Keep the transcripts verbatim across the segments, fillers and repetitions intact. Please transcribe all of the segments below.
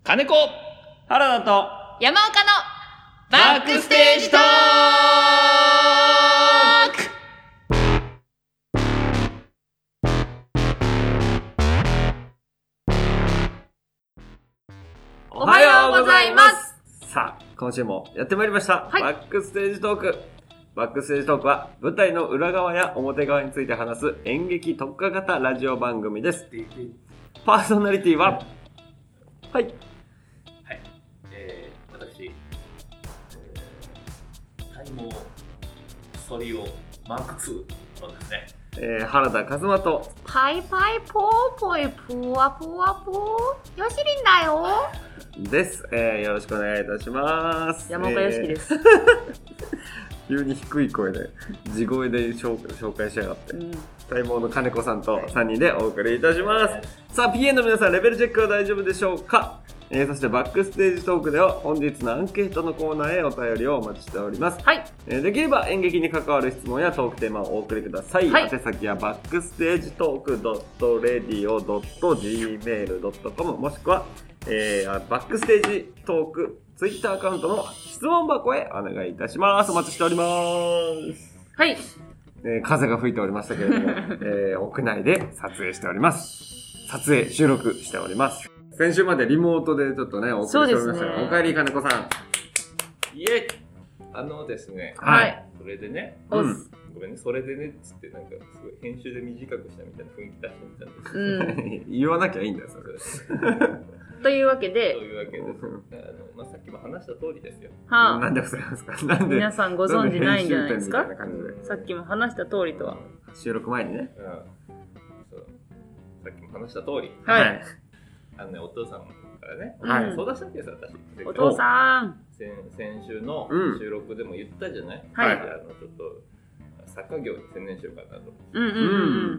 金子原田と山岡のバックステージトーク。 おはようございます。 さあ、今週もやってまいりました、 はい、 バックステージトーク。バックステージトークは舞台の裏側や表側について話す演劇特化型ラジオ番組です。パーソナリティははい、 はい、えー、私、えー、体毛反りをマークツーのですね、 えー、原田和馬とパイパイポーポイプワプワプーよしりんだよです、えー、よろしくお願いいたします。 山岡よしきです、えー、 急に低い声で地声で 紹, 紹介しやがって、うん、体毛の金子さんとさんにんでお送りいたします。さあ ピーエー の皆さん、レベルチェックは大丈夫でしょうか。えー、そしてバックステージトークでは本日のアンケートのコーナーへお便りをお待ちしております。 はい、 えー、できれば演劇に関わる質問やトークテーマをお送りください。はい、宛先はバックステージトークドットレディオドットジーメールドットコム もしくは、えー、バックステージトークツイッターアカウントの質問箱へお願いいたします。お待ちしております。 はい、 えー、風が吹いておりましたけれども、えー、屋内で撮影しております。撮影収録しております。先週までリモートでちょっとねお送りしておりましたが、ね、おかえり金子さん。 イエイ。あのですね、 はい、 それでね、 うん、 ごめんね、それでねっつってなんかすごい編集で短くしたみたいな雰囲気出してみたんですけど、 うん、言わなきゃいいんだよそれ。 というわけで、 というわけで、あのまあさっきも話した通りですよ。 はあ、 なんでございますか。なんで皆さんご存知ないんじゃないですか。さっきも話した通りとは。 収録前にね。 うん、そうさっきも話した通り。 はい。 あのね、お父さんからね、 はい、 相談したんですよ、私。 お父さん先。先週の収録でも言ったじゃない、うん、 はい。 あの、ちょっと、作家業に専念しようかなと。 うんうんうん。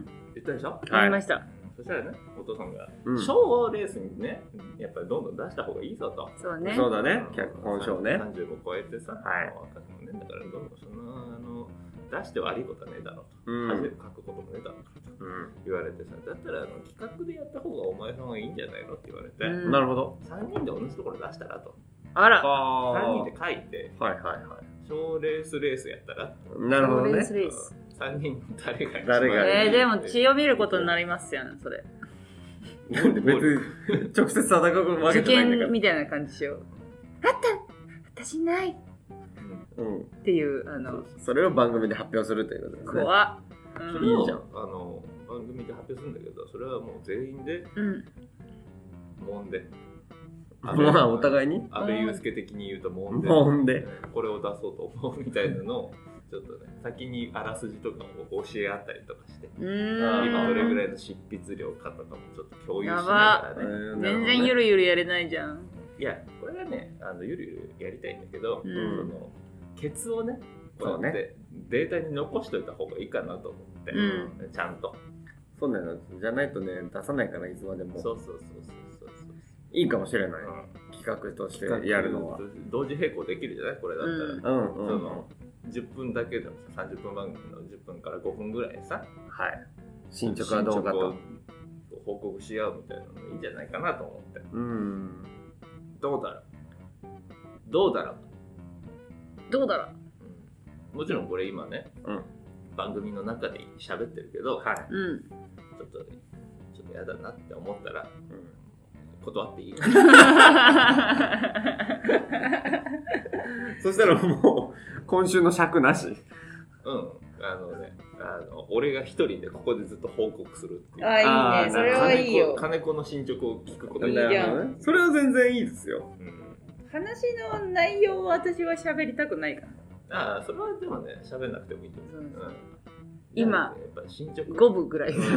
言ったでしょ。 言いました。 そしたらね、お父さんが、 うん、 賞レースにね、やっぱりどんどん出した方がいいぞと。 そうね。 そうだね、脚本賞ね。 さんじゅうも超えてさ、 はい。 若くもね、だからどんどんその、あの、出して悪いことはねえだろうと。 うん、 恥で書くこともねえだろうと。うん、言われてさ、だったらあの企画でやった方がお前さんはいいんじゃないのって言われて、 うん、なるほど。 さんにんで同じところ出したらと。 あら。 さんにんで書いて、 はいはいはい。 賞レースレースやったら。 なるほどね。 賞レースレース。 さんにん誰が誰がえー、でも血を見ることになりますやんそれ。 別に直接戦うわけじゃないんだから。 受験みたいな感じしよう。あった私ない。うん。っていうあのそれを番組で発表するということですね。 怖っ。 うん、いいじゃん。あの番組で発表するんだけど、それはもう全員で、うん、もんで。 まあお互いに。 安倍祐介的に言うともんで。 もんで。 これを出そうと思うみたいなのをちょっとね、先にあらすじとかを教え合ったりとかして、今どれぐらいの執筆量かとかもちょっと共有しながらね。 全然ゆるゆるやれないじゃん。 いや、これはね、あのゆるゆるやりたいんだけど、 うん、 そのケツをね、こうやってデータに残しといた方がいいかなと思って、うん、ちゃんと。 そうなの。じゃないとね、出さないから、いつまでも。 そうそうそうそうそうそう。 いいかもしれない。うん、企画としてやるのは。 同時並行できるじゃないこれだったら。 うんうんうん、 そのじゅっぷんだけでもさ、さんじゅっぷん番組のじゅっぷんからごふんぐらいさ、 はい、進捗はどうかと報告し合うみたいなのもいいんじゃないかなと思って。 うん。 どうだろうどうだろうどうだろう、 うん、もちろんこれ今ね、うん、番組の中で喋ってるけど、はい、うん、ちょっとちょっとやだなって思ったら、うん、断っていいそしたらもう今週の尺なし。うん、 あのね、あの俺が一人でここでずっと報告するっていう。 あ、いいね、それはいいよ。 金子の進捗を聞くこといいじゃん。 それは全然いいですよ。うん、 話の内容は私は喋りたくないから。 ああ、それはでもね、喋んなくてもいいと思う。うん、 今、 やっぱ進捗ごぶぐらい。進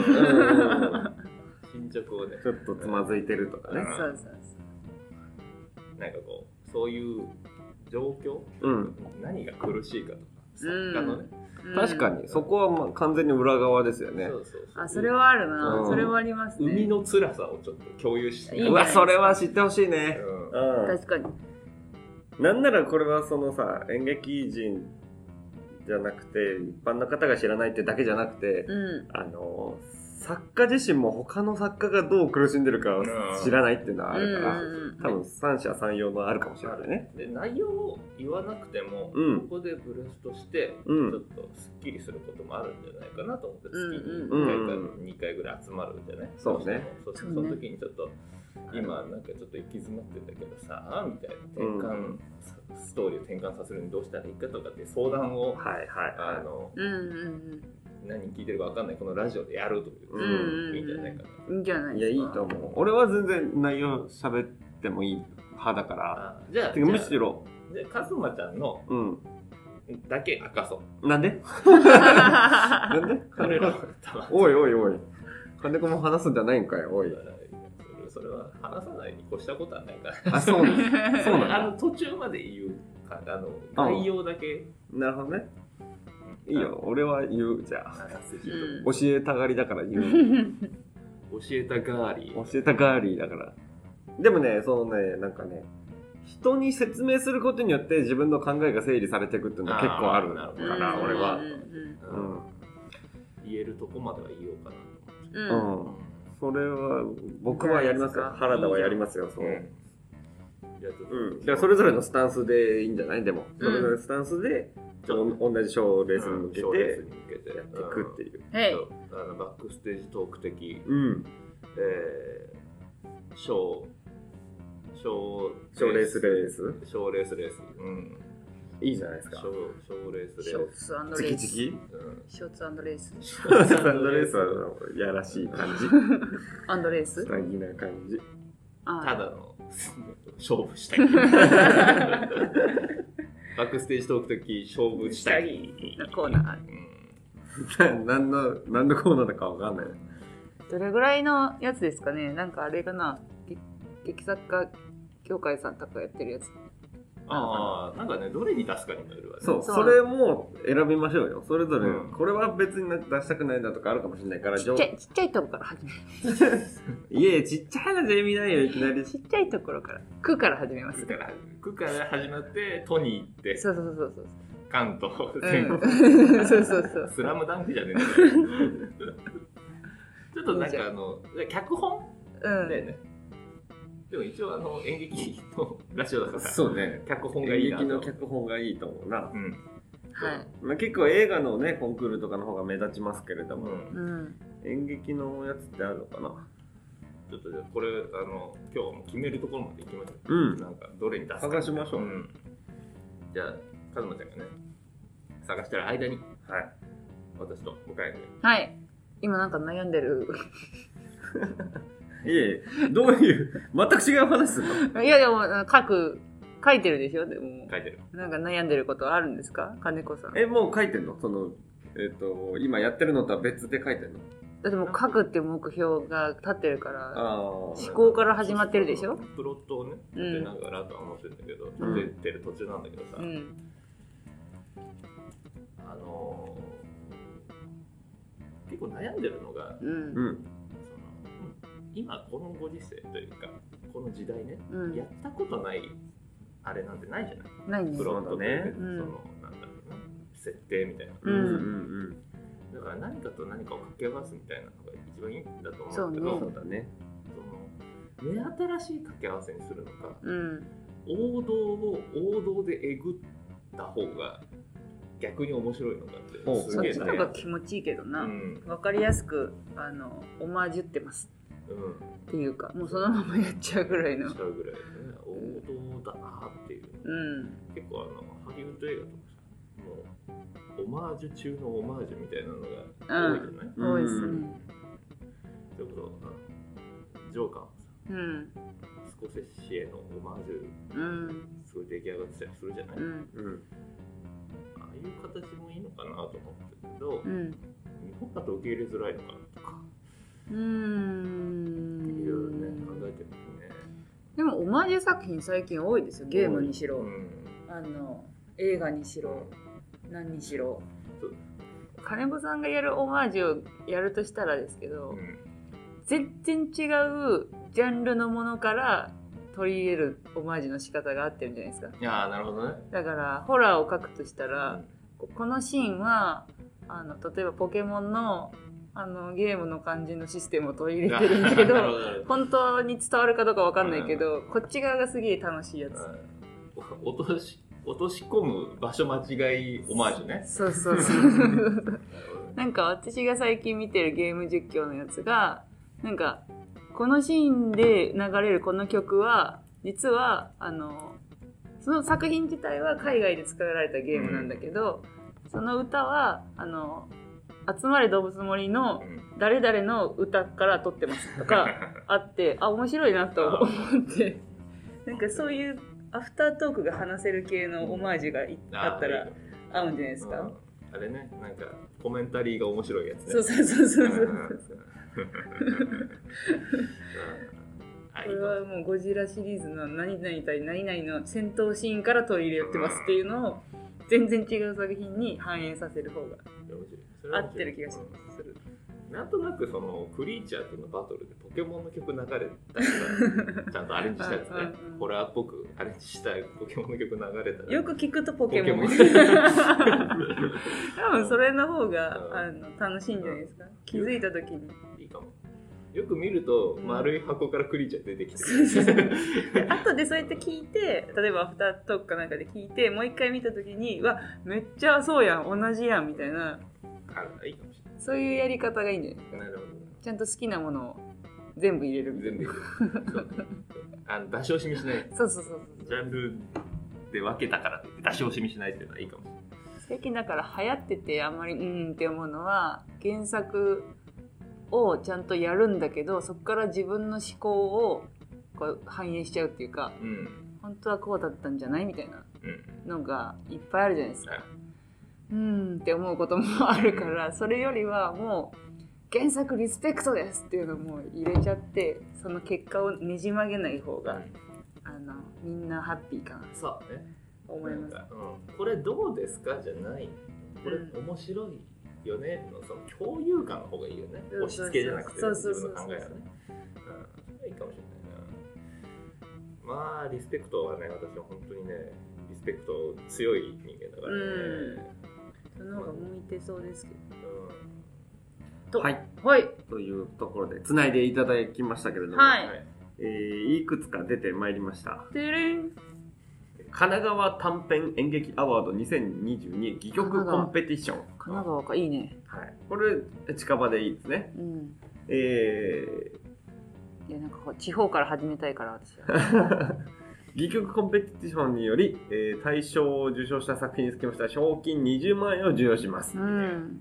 捗をね、 ちょっとつまずいてるとかね。 そうそうそう。 なんかこう、そういう状況、 うん、 何が苦しいかとか、作家のね、 うん、確かにそこはまあ完全に裏側ですよね。 そうそうそう、 あ、それはあるな、うん、それはありますね。 海の辛さをちょっと共有して、 うわ、それは知ってほしいね。 うん、確かに。 なんならこれはそのさ、演劇人じゃなくて一般の方が知らないってだけじゃなくて、うん、あの作家自身も他の作家がどう苦しんでるかを知らないっていうのはあるから、多分三者三様のあるかもしれないね。 で内容を言わなくても、うん、ここでブレストしてちょっとすっきりすることもあるんじゃないかなと思って、月にいっかいかにかいぐらい集まるんじゃない？ そうね。 そその時にちょっと今なんかちょっと行き詰まってんだけどさみたいな転換、うん、ストーリーを転換させるにどうしたらいいかとかって相談を、はいはいはい、あの、うんうんうん何聞いてるか分かんないこのラジオでやるという、うん、いいんじゃないかな。 いいんじゃないですか。 いやいいと思う。俺は全然内容喋ってもいい派だから。 じゃあむしろじゃあカズマちゃんの、うん、だけ明かそう。 なんで？なんで？ 彼らおいおいおい。金子も話すんじゃないんかいおい。 それは話さないに越したことはないから。 あそうなん。そうなん。 あの途中まで言うあの概要だけ。 なるほどね。いいよ、俺は言うじゃあ、うん、教えたがりだから言う教えたガーリー教えたガーリーだから。でもね、そのね、なんかね人に説明することによって自分の考えが整理されていくっていうのは結構あるから俺は、うんうん、 言えるとこまでは言おうかなと思って、うん、それは僕はやりますよ。原田はやりますよ。そう、うんうん、だからそれぞれのスタンスでいいんじゃない？でもそれぞれのスタンスで同じ賞レースに向けてやっていくっていう、 うん、あのバックステージトーク的、うんえー、賞賞レースレース賞レースレース、うん、 いいじゃないですか。 賞レースレースショーツ&レースチキチキ、うん、 ショーツ&レースショーツ&レースはやらしい感じアンドレーススタギな感じ。 ただの勝負したいバックステージトーク的勝負したいコーナー、うん、何の何のコーナーだかわかんない。 どれぐらいのやつですかね。なんかあれかな、劇作家協会さんとかやってるやつ。 ああ、なんかね、どれに出すかにもよるわね。 そう、それも選びましょうよ。それぞれ、うん、これは別に出したくないんだとかあるかもしれないから、 ちっちゃい、ちっちゃいとこから始める。 いやいや、ちっちゃいのじゃ意味ないよ、いきなり。 ちっちゃいところから。区から始めます。 区から、区から始まって、都に行って。 そうそうそうそう。 関東、 全国。うん、そうそうそう。 スラムダンクじゃねえんだよ。ちょっとなんかあの、脚本だよね。うんでも一応あの演劇のラジオだからそうね、 脚本がいいなと。 演劇の脚本がいいと思うな、うんはいまあ、結構映画のねコンクールとかの方が目立ちますけれども、うん、演劇のやつってあるのかな。 ちょっとじゃあこれあの今日も決めるところまで行きましょう、 うん、 なんかどれに出すか探しましょう、うん、 じゃあカズマちゃんがね探してる間に、 はい、 私と向井君はい今なんか悩んでるいえ、どういう、全く違う話するの？いやでも、書く、書いてるでしょでも。 書いてる。 なんか悩んでることあるんですか金子さん。 え、もう書いてんのその、えっと、今やってるのとは別で書いてんの？ だってもう書くっていう目標が立ってるから、思考から始まってるでしょプロットをね、出ながらとは思ってるんだけど、うん、出てる途中なんだけどさ、うん、あのー、結構悩んでるのが、うんうん今このご時世というかこの時代ね、うん、やったことないあれなんてないじゃない。 ないね。 プロントね、その、うん、なんだろうな設定みたいな、うんうんうん、だから何かと何かを掛け合わすみたいなのが一番いいんだと思うんだけど、 そうだね。 その目新しい掛け合わせにするのか、うん、王道を王道でえぐった方が逆に面白いのかってすげえね。そっちの方が気持ちいいけどな、うん、分かりやすくあのオマージュってますうん、っていうかもうそのままやっちゃうぐらいのやっちゃうぐらいね王道だなっていう、うん、結構あのハリウッド映画とかさもうオマージュ中のオマージュみたいなのが多いじゃない、 うん、多いですね。 ということはジョーカーもさ、うん、スコセッシへのオマージュ、うん、すごい出来上がってたりするじゃない、うんうん、ああいう形もいいのかなと思ってるけど、うん、日本だと受け入れづらいのかなとかうーんいろいろね考えてるんですね。 でもオマージュ作品最近多いですよ。ゲームにしろ、うん、あの映画にしろ、うん、何にしろ。金子さんがやるオマージュをやるとしたらですけど、うん、全然違うジャンルのものから取り入れるオマージュの仕方があってるんじゃないですか。 いやーなるほどね。 だからホラーを描くとしたら、うん、このシーンはあの例えばポケモンのあのゲームの感じのシステムを取り入れてるんだけど本当に伝わるかどうかわかんないけど、こっち側がすげえ楽しいやつ。 落とし落とし込む場所間違いオマージュね。 そうそうそうなんか私が最近見てるゲーム実況のやつが、なんかこのシーンで流れるこの曲は実はあのその作品自体は海外で作られたゲームなんだけど、うん、その歌はあの集まれ動物森の誰々の歌から撮ってますとかあって、あ面白いなと思ってなんかそういうアフタートークが話せる系のオマージュがあったら合うんじゃないですか。 あれね、なんかコメンタリーが面白いやつね。 そうそうそうそうそうこれはもうゴジラシリーズの何々対何々の戦闘シーンから取り入れてますっていうのを全然違う作品に反映させる方が合ってる気がする。 なんとなくそのクリーチャーとのバトルでポケモンの曲流れたらちゃんとアレンジしたやつねホラーっぽくアレンジしたポケモンの曲流れたらよく聞くとポケモン多分それの方があの楽しいんじゃないですか。気づいた時にいいかも。よく見ると丸い箱からクリーチャー出てきてる、 うん、後でそうやって聞いて、例えばアフタートークかなんかで聞いてもう一回見た時にわめっちゃそうやん同じやんみたいな、 あいいかもしれない。 そういうやり方がいいんじゃないですか。 なるほど。 ちゃんと好きなものを全部入れるみたいな。 全部入れるあの出し惜しみしない。 そうそうそうそう。 ジャンルで分けたからって出し惜しみしないっていうのはいいかもしれない。 最近だから流行っててあんまりうんって思うのは、原作をちゃんとやるんだけどそこから自分の思考をこう反映しちゃうっていうか、うん、本当はこうだったんじゃないみたいなのがいっぱいあるじゃないですか、うん、うんって思うこともあるから、それよりはもう原作リスペクトですっていうのをもう入れちゃって、その結果をねじ曲げない方が、うん、あのみんなハッピーかなそうね思います。 うん、これどうですかじゃない、これ面白いよねのその共有感の方がいいよね。押し付けじゃなくて自分の考えがね。うん、いいかもしれないな。まあリスペクトはね、私は本当にねリスペクト強い人間だからね。うん、 その方が向いてそうですけど。 うん、はい、 はい、 というところでつないでいただきましたけれども、 はい、 えー、いくつか出てまいりました。 てれん。 神奈川短編演劇アワードにせんにじゅうに戯曲コンペティション。 神奈川か、いいね。 はい。これ近場でいいですね。うん、えー、いやなんかこう地方から始めたいから私は。 戯曲コンペティションにより、えー、大賞を受賞した作品につきましては賞金にじゅうまんえんを授与します。うん、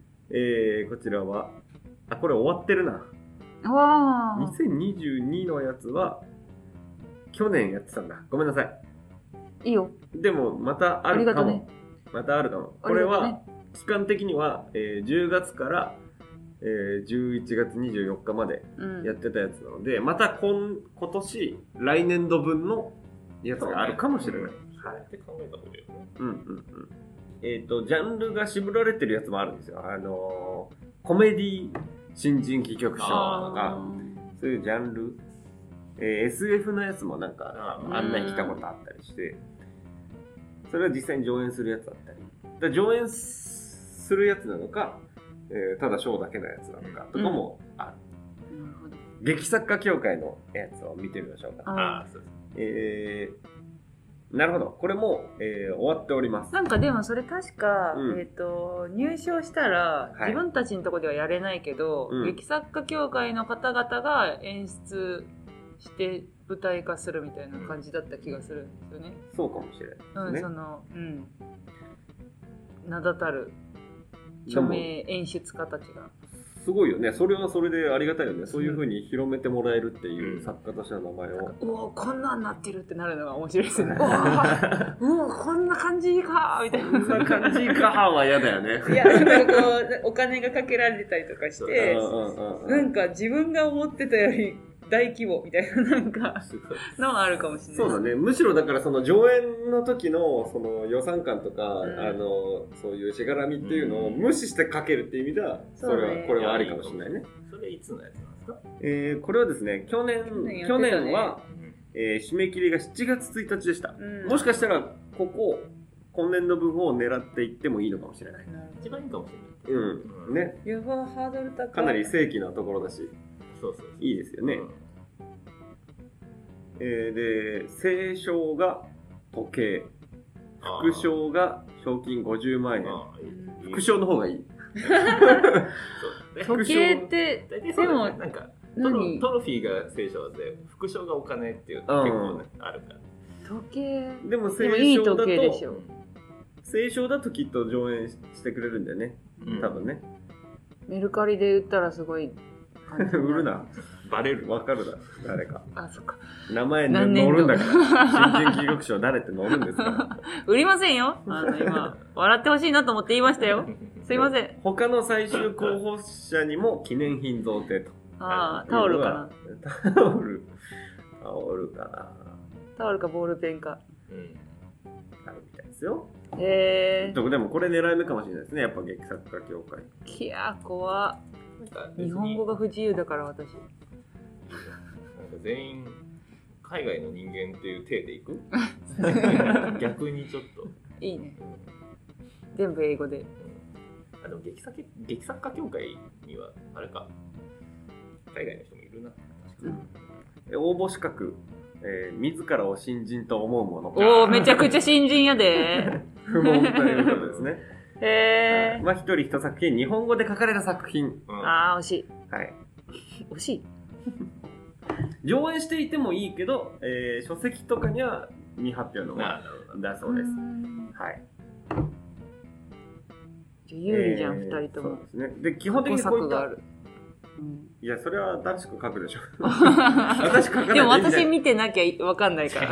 えー、こちらはあこれ終わってるな。 わにせんにじゅうにのやつは去年やってたんだ。ごめんなさい。 いいよ。 でもまたあるかも。 ね、 またあるかも。これは期間的には、えー、じゅうがつから、えー、じゅういちがつにじゅうよっかまでやってたやつなので、うん、また今今年来年度分のやつがあるかもしれない。はい。 って考えた方がいいよね。 うんうんうん。えっとジャンルが絞られてるやつもあるんですよ。あのー、コメディ新人戯曲賞とかそういうジャンル。えー、エスエフ のやつもなんか案内来たことあったりして、それは実際に上演するやつだったり、だ上演するやつなのか、えー、ただショーだけのやつなのかとかもある。うん、なるほど。劇作家協会のやつを見てみましょうか。ああ、そうです。えー、なるほど。これも、えー、終わっております。 なんかでもそれ確か、うん、えっと入賞したら、はい、自分たちのところではやれないけど、うん、劇作家協会の方々が演出して舞台化するみたいな感じだった気がするんですよね。 そうかもしれないですね。 うん、その、うん、名だたる著名演出家たちが。 すごいよね。それはそれでありがたいよね。そういう風に広めてもらえるっていう作家としての名前を。 うおこんなんなってるってなるのが面白いですよね。うおこんな感じかみたいな。 こんな感じかは嫌だよね。 いやなんかこうお金がかけられたりとかして、なんか自分が思ってたより大規模みたいななんかのもあるかもしれない。 そうだね。むしろだからその上演の時のその予算感とか、うん、あのそういうしがらみっていうのを無視してかけるっていう意味では、それは、ね、これはありかもしれないね。 それいつのやつなんですか？ えー、これはですね、去年去年、ね、去年は、えー、締め切りがしちがつついたちでした。うん、もしかしたらここ今年度分を狙っていってもいいのかもしれない。 一番いいかもしれない。 うん。ね。 やばハードル高い。 かなり正規なところだし。 そうそう。 いいですよね。うん、えー、で、正賞が時計。副賞が賞金ごじゅうまんえん。副賞の方がいい。 時計ってでもなんかトロ、トロフィーが正賞で副賞がお金っていうの結構ね、あるから。 時計でも正賞だと正賞だときっと上演してくれるんだよね。多分ね。 メルカリで売ったらすごい売るな。 バレる。 わかるだ誰か。 あ、そっか。 名前に載るんだから。新人記録賞誰って載るんですから。 売りませんよ。あの今笑ってほしいなと思って言いましたよ。すいません。 他の最終候補者にも記念品贈呈と。 ああ、タオルかな。 タオル。タオルかな。 タオルかボールペンか。 うん。あるみたいですよ。 へえ。 でもこれ狙い目かもしれないですね。やっぱ劇作家協会。 いやー怖っ。日本語が不自由だから私。 全員海外の人間っていう体でいく逆にちょっといいね、うん、全部英語で、うん、 あでも劇作劇作家協会にはあれか海外の人もいるな確かに、うん、 応募資格、えー、自らを新人と思うものおおめちゃくちゃ新人やで不問ということですねへえまあ一人一作品日本語で書かれた作品、 うん、ああ惜しいはい惜しい上演していてもいいけど、えー、書籍とかには未発表のがだそうです。はい。 じゃ有利じゃん、えー、ふたりとも。 そうですね。で、基本的にこういった。うん、いや、それは新しく書くでしょ。私書かない。 でも私見てなきゃわかんないから。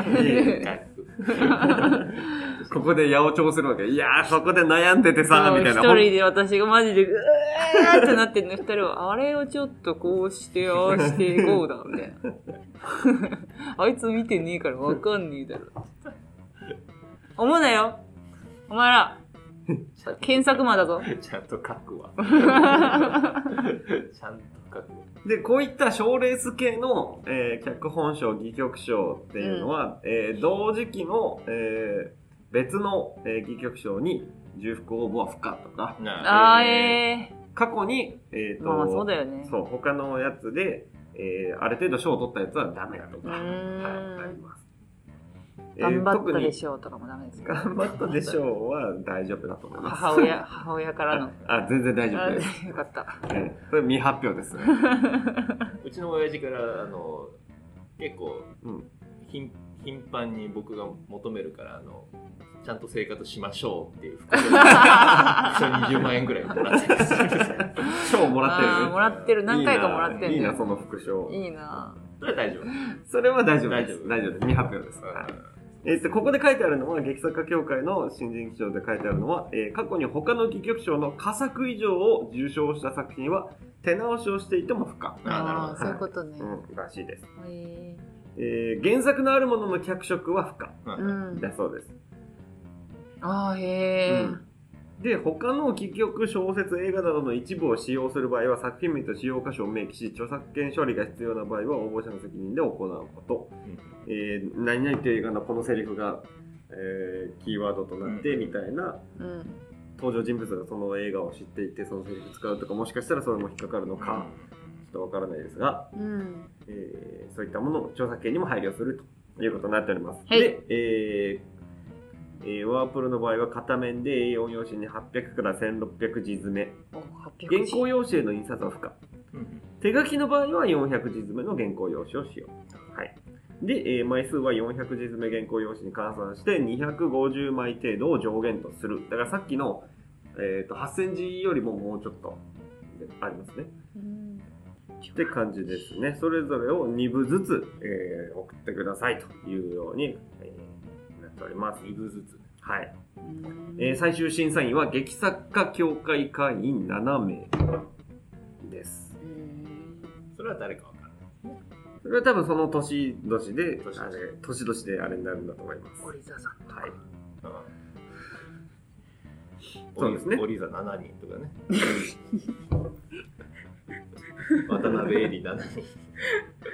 ここで八百長するわけ。いやー、そこで悩んでてさ、みたいな。 一人で私がマジで、うーってなってるの、二人は、あれをちょっとこうして、ああして、こうだ、みたいな。あいつ見てねえからわかんねえだろ。思うなよ。お前ら。検索魔だぞ。 ちゃんと書くわ。ちゃんと書くわ。 で、こういった賞レース系の、えー、脚本賞、戯曲賞っていうのは、うんえー、同時期の、えー別の、えー、戯曲賞に重複応募は不可とか、 あえー、 過去に、えーとまあ、そうだよね。 そう他のやつで、えー、ある程度賞を取ったやつはダメだとか、はい、あります。 頑張ったでしょうとかもダメですか。 頑張ったでしょうは大丈夫だと思います。 母親母親からのあ全然大丈夫です。 よかった。 えー、それ未発表です。 うちの親父からあの結構、うん、頻頻繁に僕が求めるからあの。ちゃんと生活しましょうっていう副賞にじゅうまんえんぐらいもらってる。 賞もらってる。 もらってる。何回かもらってる。 いいな、その副賞。 いいな。 それは大丈夫。 それは大丈夫です。大丈夫です。未発表です。えっと、ここで書いてあるのは、劇作家協会の新人記帳で書いてあるのは、えー、過去に他の戯曲賞の佳作以上を受賞した作品は、手直しをしていても不可。 ああ、なるほど。そういうことね。 うん、らしいです。 へえー、原作のあるものの脚色は不可。だそうです。 あーへー、うん、 で他の戯曲小説映画などの一部を使用する場合は作品名と使用箇所を明記し著作権処理が必要な場合は応募者の責任で行うこと、うんえー、何々という映画のこのセリフが、えー、キーワードとなってみたいな、うん、登場人物がその映画を知っていてそのセリフ使うとかもしかしたらそれも引っかかるのかちょっとわからないですが、うんえー、そういったものの著作権にも配慮するということになっております、はい、で、えーえー、ワープルの場合は片面で エーよん 用紙にはっぴゃくからせんろっぴゃく字詰め原稿用紙への印刷は不可、うん、手書きの場合はよんひゃく字詰めの原稿用紙を使用、はい、で、えー、枚数はよんひゃく字詰め原稿用紙に換算してにひゃくごじゅうまい程度を上限とするだからさっきの、えー、とはっせんじよりももうちょっとありますね、うんって感じですね。それぞれをにぶずつ、えー、送ってくださいというように、えー、なっております。 にぶずつ。 はい。えー、最終審査員は劇作家協会会員ななめいです。 それは誰かわかんない。 それは多分その年々で、年々で年々であれになるんだと思います。 オリザさん。 はい。ああそうですね。オリザしちにんとかね。渡辺エリしちにん。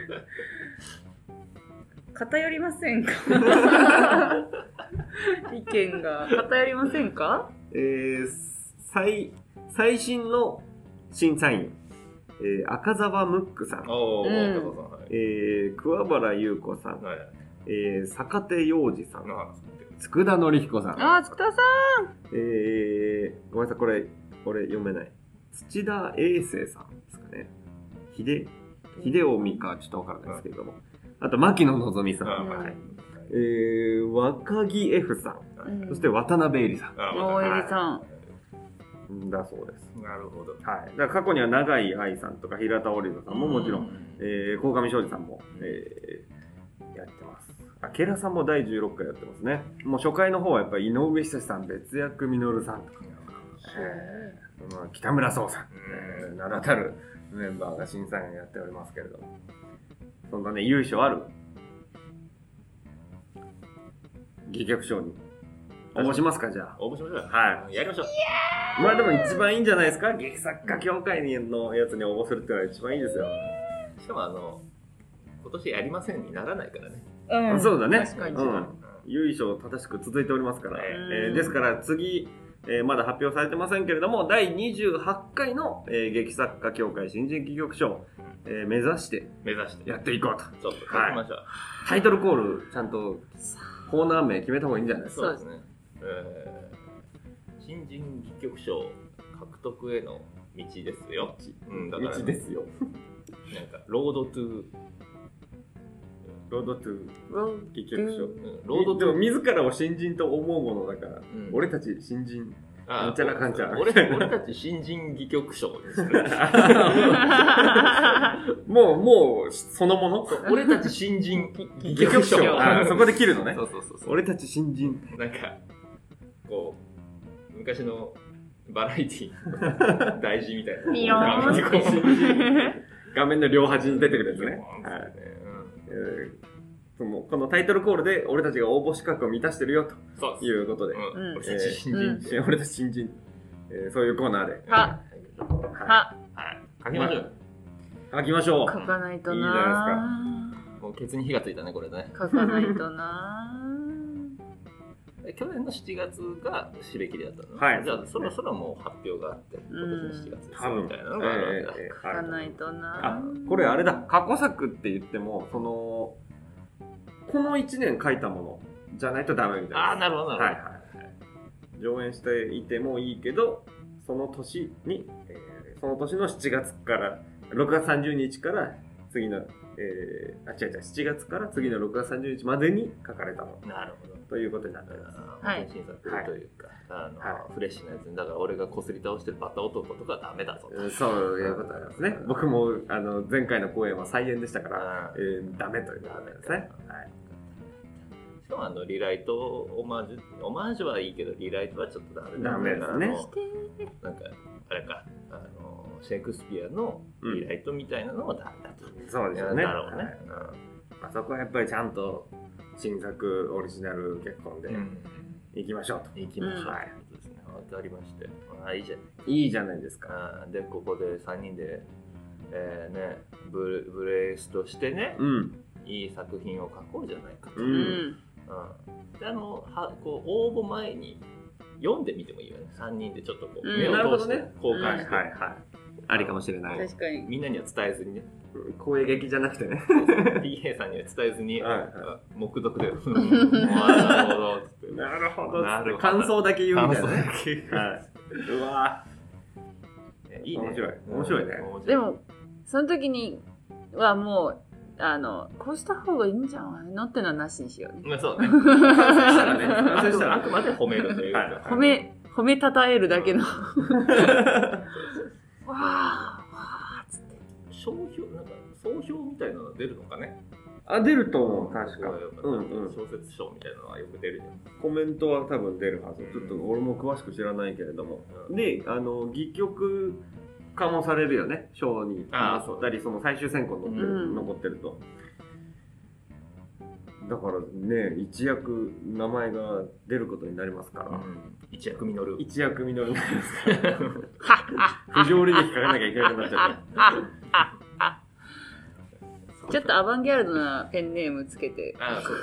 偏りませんかい見が偏りませんか？ えー、最最新の審査員、えー、赤澤ムックさん、 おー、 うん赤澤さん、はい、 えー、桑原優子さん、 はい、 えー、坂手洋二さん、 あ佃典彦さん、 あー、佃さえー、ごめんなさい、これこれ読めない。土田栄生さんですかね。秀秀臣かちょっとわからないですけれども、あと牧野のぞみさん、 あ、 はい、 はい、 えー、若木 F さん、 ん。 そして渡辺恵里さんあ、 大江さん。 だそうです。 なるほど。 はい。だから過去には永井愛さんとか平田織田さんももちろん、 うん、 えー、鴻上庄司さんも、えー、やってます。あけらさんもだいじゅうろっかいやってますね。もう初回の方はやっぱり井上久志さん、別役稔さんとか、えーまあ、北村壮さん、えー、名だたるメンバーが審査員やっておりますけれども、そんなね、由緒ある戯曲賞に応募しますか、じゃあ。 応募しましょう。 はい。 やりましょう。 まあでも一番いいんじゃないですか、劇作家協会のやつに応募するっていうのが一番いいですよ。 しかもあの、今年やりませんにならないからね。 うん、 そうだね。 確かに。 うん。由緒正しく続いておりますから。えー、ですから次、えー、まだ発表されてませんけれども、だいにじゅうはちかいの、えー、劇作家協会新人戯曲賞、えー、目指して目指してやっていこうと。 ちょっと書きましょう。 タイトルコール、ちゃんとコーナー名決めた方がいいんじゃないですか。 そうですね。えー、新人戯曲賞獲得への道ですよ。うん、だから、 道ですよ。 なんか、ロードトゥー、 ロードトゥー戯曲賞。 ロードでも自らを新人と思うものだから、 うん、 俺たち新人。 あんちゃらかんちゃら。 俺, 俺たち新人戯曲賞ですね。 もう、もう、そのもの俺たち新人戯戯曲賞。あ、そこで切るのね。 そうそうそうそう。 俺たち新人。 なんか、こう、昔のバラエティー大事みたいな。 ピヨーンって画面の両端に出てくるやつね。はい。えーそのこのタイトルコールで俺たちが応募資格を満たしてるよということで、 うん、俺たち新人、 うん、俺たち新人、えー、そういうコーナーではは書きましょう。 書きましょう。 書かないとな。 いいじゃないですか。もうケツに火がついたねこれね。 書かないとな。 去年のしちがつが締め切りだったの。 はい。 じゃあそろそろもう発表があって今年のしちがつですみたいなのがあるわけだ。 書かないとな。 あ、これあれだ。過去作って言ってもそのこのいちねん書いたものじゃないとダメみたいな。 ああ、なるほどなるほど。はいはいはい。上演していてもいいけど、その年に、えー、その年のしちがつからろくがつさんじゅうにちから次の、えー、あ違う違うしちがつから次のろくがつさんじゅうにちまでに書かれたもの。 なるほど。 ということになってます。 はい。新作というか、はい、あの、はい、フレッシュなやつにだから俺がこすり倒してるバッタ男とかはダメだぞ。 そういうことなんですね。僕もあの前回の公演は再演でしたから、えー、ダメということですね。はい。 しかもあのリライトオマージュオマージュはいいけどリライトはちょっとダメだダメですね。 なんかあれかあのシェイクスピアのリライトみたいなのはダメだと、 うん、そうですよね。 だろうね、はい、 うん、あそこはやっぱりちゃんと新作オリジナル結婚でいきましょうと、 うん、いきましょう、 うん、はい、 そうですね、わかりまして、あいいじゃないいいじゃないですか。 あでここでさんにんで、えー、ねブブレスとしてね、 うん、 いい作品を書こうじゃないかと、 うんうんであのはこう応募前に読んでみてもいいよね。さんにんでちょっとこう、 うん、 目を通して公開して、 はいはいはい、ありかもしれない。 確かにみんなには伝えずにね、 声劇じゃなくてね、 ピーエー さんには伝えずに、はいはい、黙読で、 うん、なるほどっつって、なるほどっつって感想だけ言うみたいなね。はい、うわいいね、面白い面白いね。 でもその時にはもうあのこうした方がいいんじゃないのってのはなしにしようね。 まあそうね。 完成したらね。完成したらあくまで褒めるというか。 褒め褒めたたえるだけの。わあわあつって。 商標なんか総評みたいなの出るのかね。 あ出ると思う確か。 うんうん。小説賞みたいなのはよく出るじゃん。 コメントは多分出るはず。ちょっと俺も詳しく知らないけれども。うん、であの戯曲化もされるよね、賞に残ったり、その最終選考に残ってる、うん、残ってると。だからね、一躍名前が出ることになりますから。うん、 一躍実る。 一躍実るになりますから。不条理劇書かなきゃいけなくなっちゃう。 ちょっとアバンギャルドなペンネームつけて。 ああ、そう。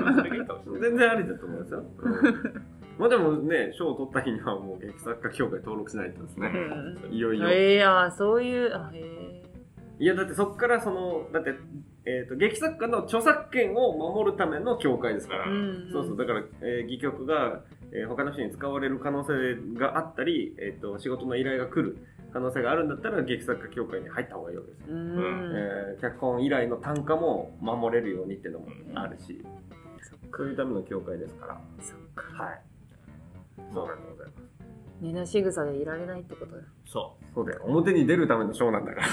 それがいいかもしれない。 全然ありだと思いますよ。まあでもね、賞を取った日にはもう劇作家協会登録しないとですね。うん、いよいよ。 ええー、あそういう、あへえ。 いやだってそっからその、だって、えっ、ー、と、劇作家の著作権を守るための協会ですから。うん、そうそう。だから、えー、戯曲が、えー、他の人に使われる可能性があったり、えっ、ー、と、仕事の依頼が来る可能性があるんだったら、劇作家協会に入った方がいいわけですよ。うん、えー、脚本依頼の単価も守れるようにっていうのもあるし、うん、そういうための協会ですから。 そっか。 はい。そうなんでございます。 根なし草でいられないってことだ。 そう。そうだよ。表に出るための賞なんだから。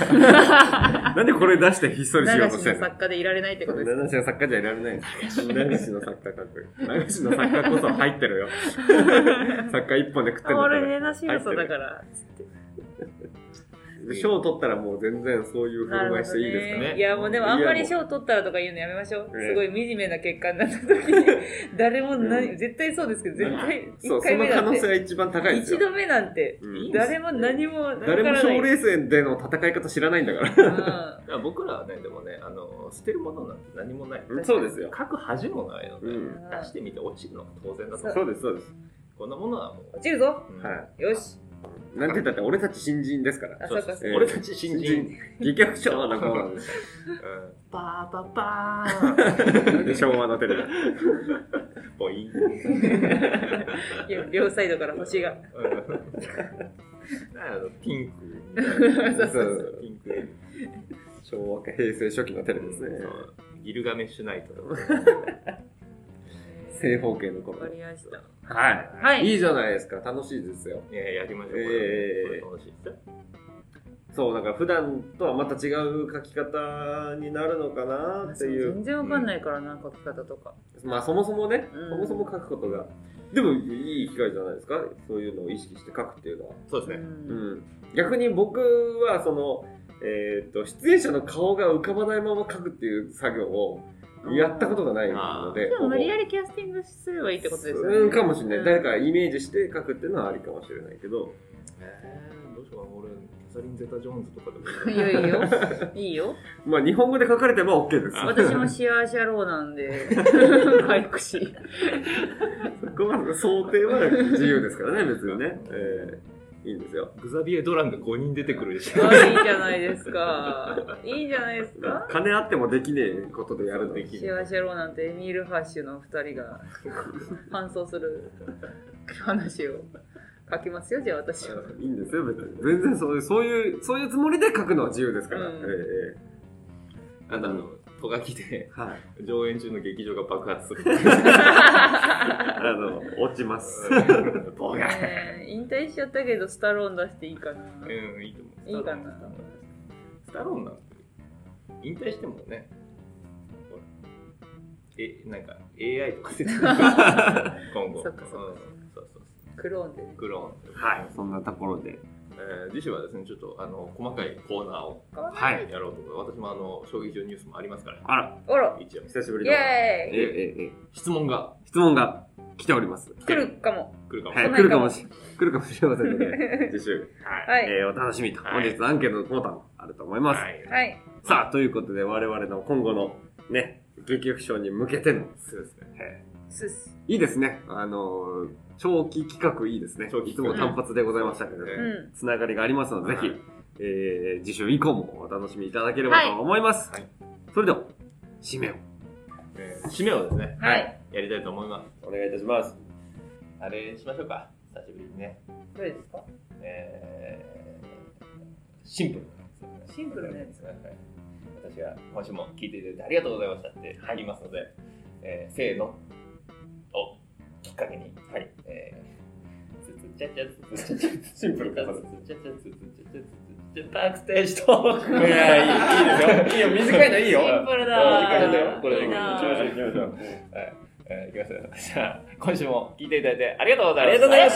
なんでこれ出してひっそりしようとしてるの？ 流しの作家でいられないってことですか？ 流しの作家じゃいられないです。流しの作家かっこいい。流しの作家こそ入ってるよ。作家一本で食ってるんだから。 俺根なし草だから。つって。 賞を取ったらもう全然そういう振る舞いしていいですかね。 いやもうでもあんまり賞取ったらとか言うのやめましょう。すごい惨めな結果になった時に誰も何、うん、絶対そうですけど絶対いっかいめなんて。 そう、その可能性が一番高いですよ。 一度目なんて、うん、誰も何も誰も賞レースでの戦い方知らないんだから。 うん、僕らはねでもねあの捨てるものなんて何もない。 そうですよ。 書く恥もないので、うん、出してみて落ちるのが当然だと思う。 そうですそうです。 こんなものはもう落ちるぞ。 うん、はい。 よし。 なんて言ったって俺たち新人ですから。 そうそうそう、えー、俺たち新人。 戯曲賞のコーナーです。 パーパーパーで昭和のテレビ。 ポイン。 両サイドから星が。 ピンク。 そうそうピンク。 昭和か平成初期のテレビですね。 ギルガメッシュナイト。 正方形の頃。 わかりました。 はい。はい。いいじゃないですか。楽しいですよ。 いや、やりましょう。えー、これ楽しいですよ。 そう、だから普段とはまた違う書き方になるのかなっていう。 全然わかんないからな、うん、書き方とか。 まあそもそもね、うん、そもそも書くことが。でもいい機会じゃないですか。そういうのを意識して書くっていうのは。 そうですね。 うん。逆に僕はその、えっと、出演者の顔が浮かばないまま書くっていう作業を、やったことがないので。 でも無理やりキャスティングすればいいってことですよね。 うん、かもしれない。うん、誰かイメージして書くっていうのはありかもしれないけど。 えー、どうしようかな。俺、キャサリン・ゼタ・ジョーンズとかでもいいよ。いいよ。いいよ。 まあ日本語で書かれても OK です。 私もシアーシャローなんで、早くし。 そこは想定は自由ですからね、別にね。えーいいんですよ。 グザビエ・ドランがごにん出てくるでしょ。 あ、いいじゃないですか。いいじゃないですか。 金あってもできねえことでやるのできねえ。 シアシャローなんてエミール・ハッシュのふたりが搬送する話を書きますよ、じゃあ私は。 いいんですよ、別に。全然そういう、そういう、そういうつもりで書くのは自由ですから。うん、えー、あとあの、トガキで、はい、上演中の劇場が爆発する。 あの、落ちます。 ボガー引退しちゃったけど、スタローン出していいかな。 うん、いいと思う。 いいかな。 スタローンなんて、引退してもね、え、なんか エーアイ とか出てくる。今後。 そっかそっか。そうそうそう。クローンで、ね。 クローン。 はい。そんなところで。 えー、次週はですね、ちょっとあの細かいコーナーをやろうと思います。私もあの衝撃場ニュースもありますから、ね。 あら、 あら、 一応久しぶりの。イエーイ。えええ質問が質問が来ております。 来るかも。 来るかも。 はい、来るかもし来るかもしれませんので、次週はい、 えー、お楽しみと。本日アンケートのコーナーもあると思います。はい。 はい、 さあということで我々の今後のね劇曲賞に向けてのそうですね。 そうです。 いいですね。あのー。長期企画いいですね。いつも単発でございましたけど、ね、うん、つながりがありますので、ぜひ、えー、次週以降もお楽しみいただければと思います。はい、それでは、締めを、 えー。締めをですね、 はい、 やりたいと思います。 お願いいたします。 あれしましょうか。久しぶりにね。 どれですか？ えー、シンプル。 シンプルね。 私が今週も聞いていただいてありがとうございましたって言いますので、えー、せーの。おきっかけに、はい、えー、つつちゃちゃつつちゃちゃシンプルかつつちゃちゃつつちゃちゃつつちゃバックステージトーク。いやいいいいですよ。いいよ短いのいいよ。 シンプルだ。 短いのよ。これ行きましょう行きましょう。はい、えー、行きますよ。じゃあ今週も聞いていただいてありがとうございました。 ありがとうございました。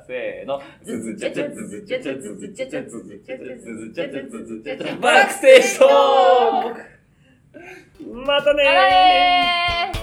せーの。つつちゃちゃつつちゃちゃつつちゃちゃつつちゃちゃつつちゃちゃつつちゃちゃバックステージトーク。またねー。